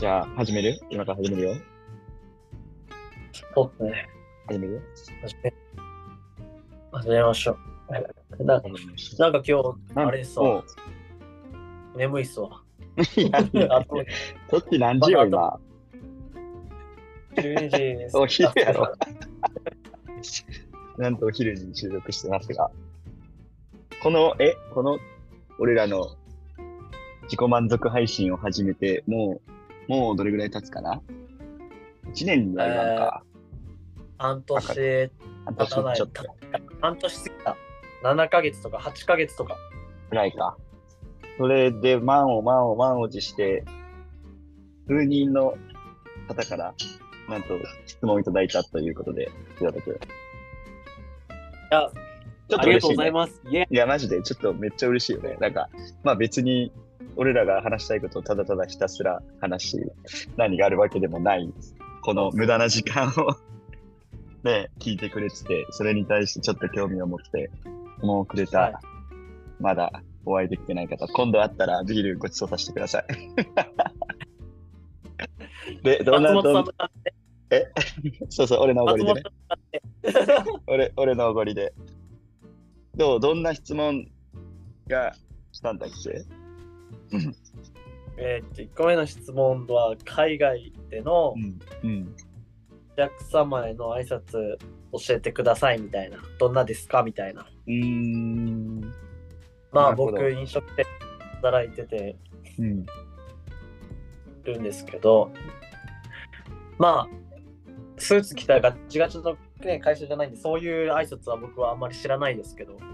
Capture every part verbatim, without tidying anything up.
じゃあ、始める今から始めるよ。 そうですね。 始めるよ。 始め、始めましょう。な、 始めましょなんか今日、 う。なんあれっすおうわ。眠いっすわ。 いやいや、 あと、 そっち何まだあと時よ、今。 じゅうにじです。 お昼やろ。なんとお昼に収録してますが。この、え、この、俺らの自己満足配信を始めて、もう、もうどれぐらい経つかな？ いち 年には言わんえー、 か。 半わかる。 年半経たない。 年ちょっと半年過ぎた。ななかげつとかはちかげつとか。 ぐらいか。それで、満を満を満を持して、数人の方から、なんと質問をいただいたということで、岩田君。 いや、 ちょっありがとうと嬉しいね。 ございます。イエいや、マジで、ちょっとめっちゃ嬉しいよね。なんか、まあ別に、俺らが話したいことをただただひたすら話し、何があるわけでもない、この無駄な時間をね、聞いてくれてて、それに対してちょっと興味を持って、もうくれた、 はいまだお会いできてない方、今度会ったらビールごちそうさせてください。で、どんな、 松本さんどん、 の感じえそうそう、俺のおごりでね。 松本さんの感じ俺、俺のおごりで。どう、どんな質問がしたんだっけ？ えーっと、いっこめの質問は、海外でのうん。うん。 お客様への挨拶教えてくださいみたいな。どんなですかみたいな。 うーん。 まあなるほど僕、飲食店で働いててうん。 るんですけど、まあ、スーツ着たガチガチの、ね、会社じゃないんで、そういう挨拶は僕はあんまり知らないですけど、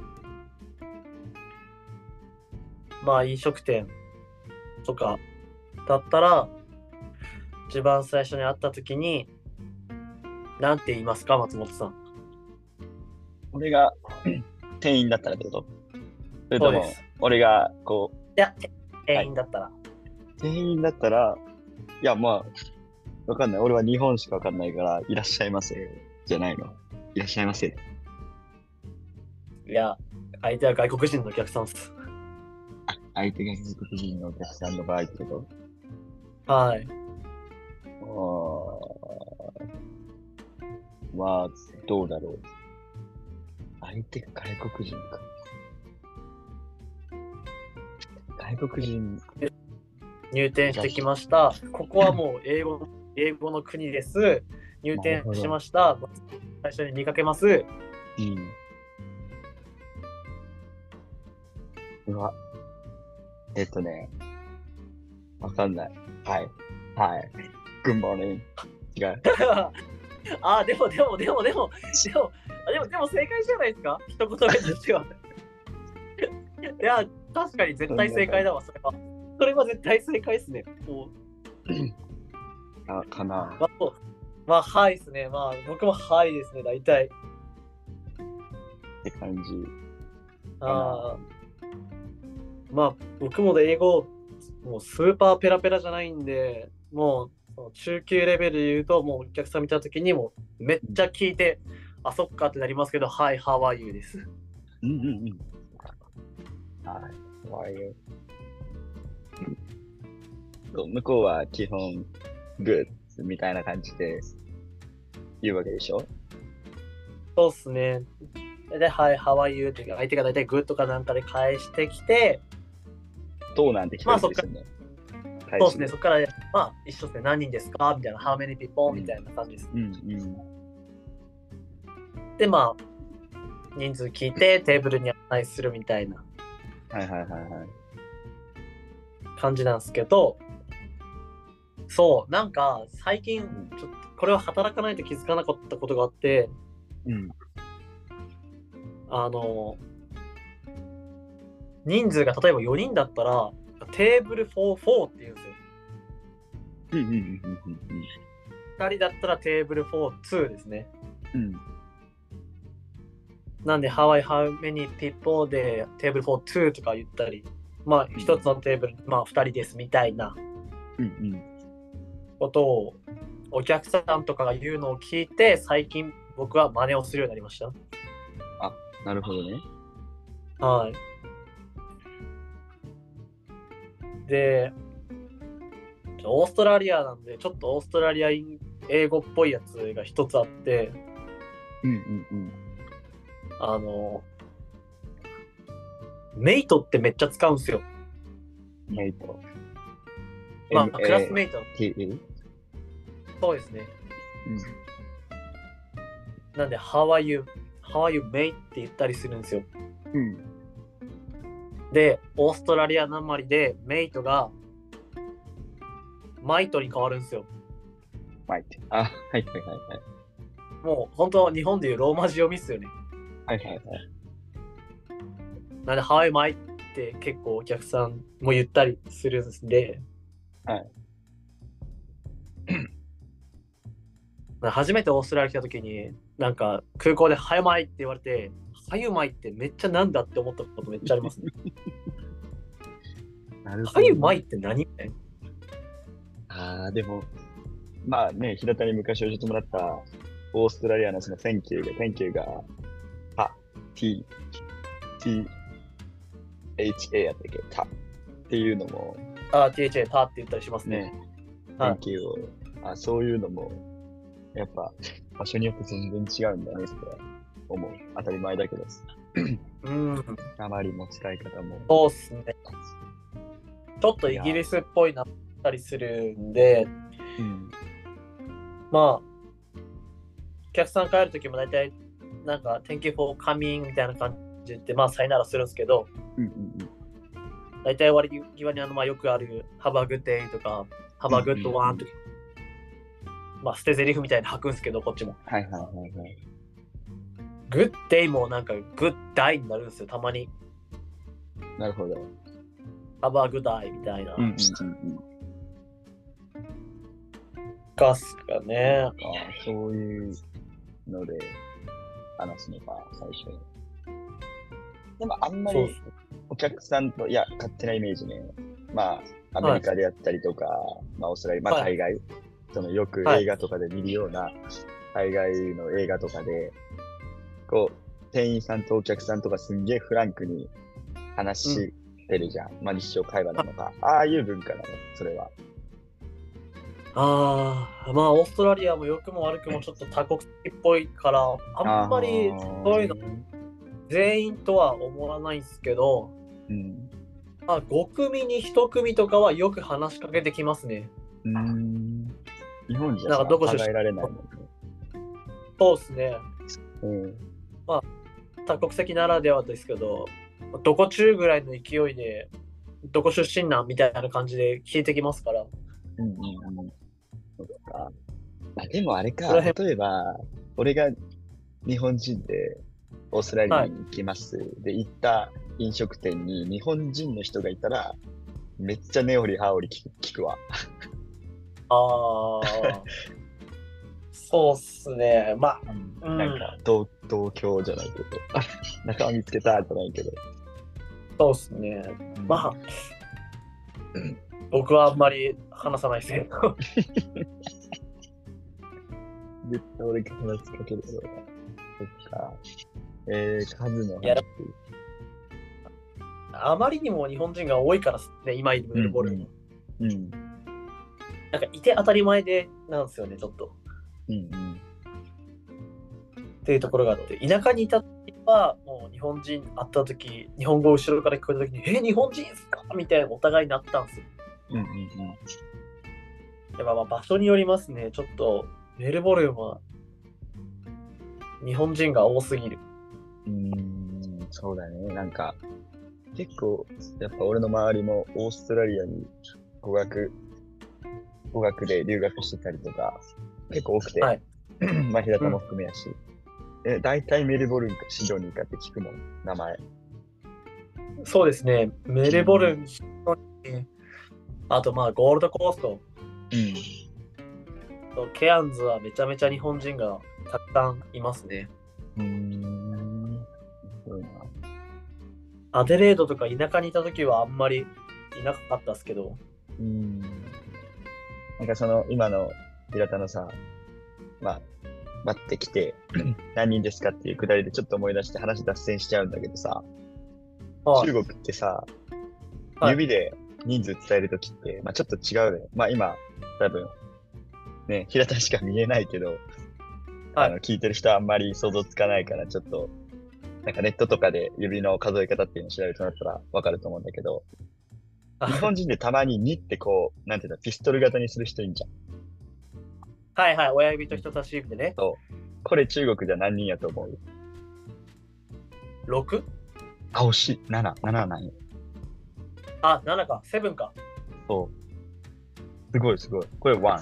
まあ飲食店とかだったら、一番最初に会った時に、なんて言いますか、松本さん。 俺が店員だったらってこと？それともそうです。、 俺が、こいや、店員だったら。 う、店員だったら、いや、まあ、わかんない。俺は日本しかわかんないから、いらっしゃいませ。じゃないの。いらっしゃいませ。 いや、相手は外国人のお客さんです。 相手が外国人のお客さんの場合ってこはい。 と？あーまあ、どうだろう。相手が外国人か。外国人、 入店してきました。ここはもう英語、英語の国です。入店しました。最初に見かけます。 うん。うわ。えっとね、わかんない。はい。はい。Good morning. 違う。 あ、でもでもでもでもでもあでもでも正解じゃないですか、一言目としては。いや、確かに絶対正解だわ、それは。それは絶対正解ですね。もうあ、かな。 まあ、そうまあ、はいですね。まあ、僕もはいですね、大体。 って感じ。 あまあ、僕も英語、もうスーパーペラペラじゃないんで、もうその中級レベルで言うと、もうお客さん見たときにもめっちゃ聞いて、あ、そっかってなりますけど、はい、How are you です。 うんうんうん。はい。How are you? そう向こうは基本、Good みたいな感じで言うわけでしょ？ そうっすね。で、はい、How are you って相手が大体グッとかなんかで返してきて、 どうなんて聞かれてるんですよね。 そうですね、そこから、まあ、一緒ですね、何人ですかみたいな、How many people? みたいな感じです。 うんうん。 で、まあ、人数聞いてテーブルに案内するみたいなはいはいはいはい。 感じなんですけど、そう、なんか最近、ちょっとこれは働かないと気づかなかったことがあって、 うん。 あの、人数が例えばよにんだったら、テーブルフォーフォーって言うんですよ。 うんうんうんうんふたりだったらテーブルフォーツーですね。 うん。 なんで、How I how many people でテーブルフォーツーとか言ったり、まあ、一つのテーブル、まあ、ふたりですみたいなうんうんことをお客さんとかが言うのを聞いて、最近僕は真似をするようになりました。 あ、なるほどね。 はい。で、 オーストラリアなんで、ちょっとオーストラリア英語っぽいやつが一つあって、 うんうんうん。 あの、メイトってめっちゃ使うんですよ。 メイト。 まあ、クラスメイト。 ティー。 そうですね。 うん。 なんで、How are you? How are you, mate? って言ったりするんですよ。 うん。 で、オーストラリアなまりで、メイトが、マイトに変わるんですよ。 マイト。あ、はいはいはいはい。 もう、本当は日本でいうローマ字読みっすよね。 はいはいはい。 なんで、How are you, mate? って結構お客さんも言ったりするんで、 はい。 初めてオーストラリア来た時に、なんか空港ではゆまいって言われて、はゆまいってめっちゃなんだって思ったことめっちゃありますね。 なるほど。 はゆまいって何？ ああ、でも、まあね、平田に昔教えてもらったオーストラリアのその Thank you が、Thank you が、あ、T、T、H、A やったっけ、たっていうのも、 あ、ティーエイチエー パーって言ったりしますね。 ね、 はい Thank you を、あ、そういうのも、やっぱ場所によって全然違うんだねって思う。当たり前だけど。 うん。 あまりも使い方も。 そうっすね。ちょっとイギリスっぽいなったりするんで、 うん、 まあ、お客さん帰るときも大体、なんか、Thank you for coming みたいな感じで、まあ、さよならするんですけど、 うんうんうん、 大体終わり際にあの、まあ、よくある Have a good day とか Have a good one とか、まあ、捨て台詞みたいに吐くんですけど、こっちも。 はいはいはいはい。 Good day もなんか Good day になるんですよ、たまに。 なるほど。 Have a good day みたいな。 うんうんうんかすかね。 ああ、そういうので話すのか、最初。でもあんまりお客さんと、いや、勝手なイメージね。まあ、アメリカであったりとか、はい、まあ、オーストラリア、まあ、海外、はい、そのよく映画とかで見るような、海外の映画とかで、こう、店員さんとお客さんとかすんげえフランクに話してるじゃん。うん、まあ、日常会話なのか。ああいう文化なの、それは。 ああ、まあ、オーストラリアも良くも悪くもちょっと多国籍っぽいから、あんまりそういうの全員とは思わないんですけど、うん、まあ、ご組にいち組とかはよく話しかけてきますね。 うーん、日本じゃなんかどこ考えられないもんね。 そうですね。 うん、 まあ、多国籍ならではですけど、どこ中ぐらいの勢いで、どこ出身なんみたいな感じで聞いてきますから。 うんうんうん。そうか。あ、でもあれか、例えば、俺が日本人でオーストラリアに行きます。はい、で、行った飲食店に日本人の人がいたら、めっちゃ根掘り葉掘り聞く、聞くわ。 ああ。そうっすね。まあ、 うん、なんか同、同郷じゃないけど、仲間見つけたじゃないけど。 そうっすね。うん、まあ、僕はあんまり話さないですけど。 絶対俺が話しかけるような。そっか。えー、数の話。 あまりにも日本人が多いからね、今いるメルボルン。 うん、うん。 なんかいて当たり前でなんですよね、ちょっと。 うんうん。 っていうところがあって、田舎にいた時は、もう日本人会った時、日本語を後ろから聞こえた時に、え、日本人ですかみたいなお互いになったんですよ。 うんうんうん。 やっぱまあ場所によりますね。ちょっとメルボルンは日本人が多すぎる。 うーん、そうだね。なんか結構やっぱ俺の周りもオーストラリアに語学語学で留学してたりとか結構多くて、はい、まあ平田も含めやし、うん、え大体メルボルンかシドニーかって聞くもん、名前。 そうですね。メルボルン、シドニー、あとまあゴールドコースト。うん。ケアンズはめちゃめちゃ日本人がたくさんいますね。うーん。すごいな。アデレードとか田舎にいた時はあんまりいなかったですけど。 うーん。なんかその今の平田のさ、まあ、待ってきて何人ですかっていうくだりでちょっと思い出して話脱線しちゃうんだけどさ、はい、中国ってさ、指で人数伝えるときって、まあちょっと違うね。まあ今、多分、ね、平田しか見えないけど、 はいあの、聞いてる人はあんまり想像つかないから、ちょっと、なんかネットとかで指の数え方っていうのを調べてもらったらわかると思うんだけど、 あ日本人でたまににってこう、なんていうの、ピストル型にする人いるじゃん。 はいはい、親指と人差し指でね。 そう。これ中国じゃ何人やと思う？ ろく？ あ、惜しい。なな、なななんよ。 あ、ななか、セブンか。 そう。すごいすごい。これいち、に、さん、よん、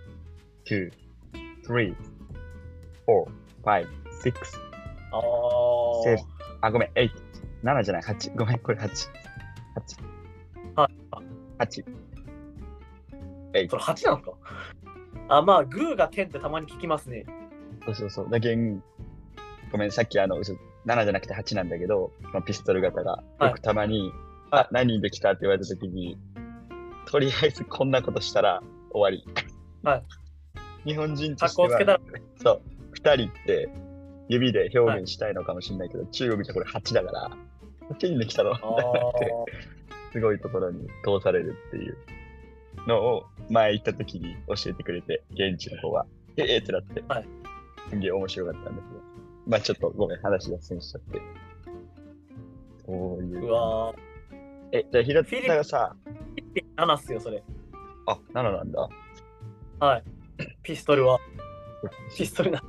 ご、ろく、 あセー。 あ、ごめん、はち。ななじゃない、はち。ごめん、これはち。はち。 はい。 はち。 それはちなんですか？あ、まあ、グーがじゅうってたまに聞きますね。 そうそうそう。だけん、ごめん、さっきあの、嘘ななじゃなくてはちなんだけど、まあ、ピストル型が、 はいよくたまに、 はいあ、何人できたって言われたときに、とりあえずこんなことしたら終わり。 はい。 日本人としては、 格好つけたら、 そう、ふたりって指で表現したいのかもしれないけど、中国じゃこれはちだから、はちにんできたのって、 あすごいところに通されるっていうのを前行った時に教えてくれて、現地の方は、ええー、ってなって、 はいすげえ面白かったんだけど、まあちょっとごめん、話脱線しちゃって。そういう。 ーうわえ、じゃあ平田がさ、 ー。ななっすよ、それ。 あ、なななんだ。 はい。ピストルは。ピストルな。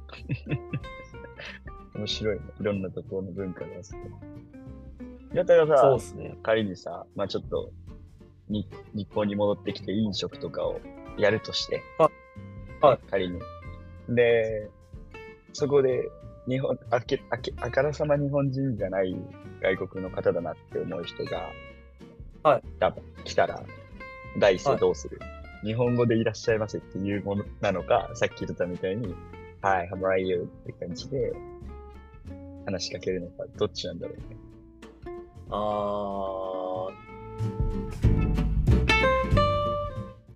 面白いね。いろんなところの文化があって。平田がさ、 そうですね。 仮にさ、まあちょっとに日本に戻ってきて飲食とかをやるとして、 はいはい仮に。で、そこで日本、あけあけあからさま日本人じゃない外国の方だなって思う人が、 はい、 多分来たら、第一声どうする、はい、日本語でいらっしゃいませっていうものなのか、さっき言ったみたいに、Hi, how are you? って感じで話しかけるのか、どっちなんだろうね。 あ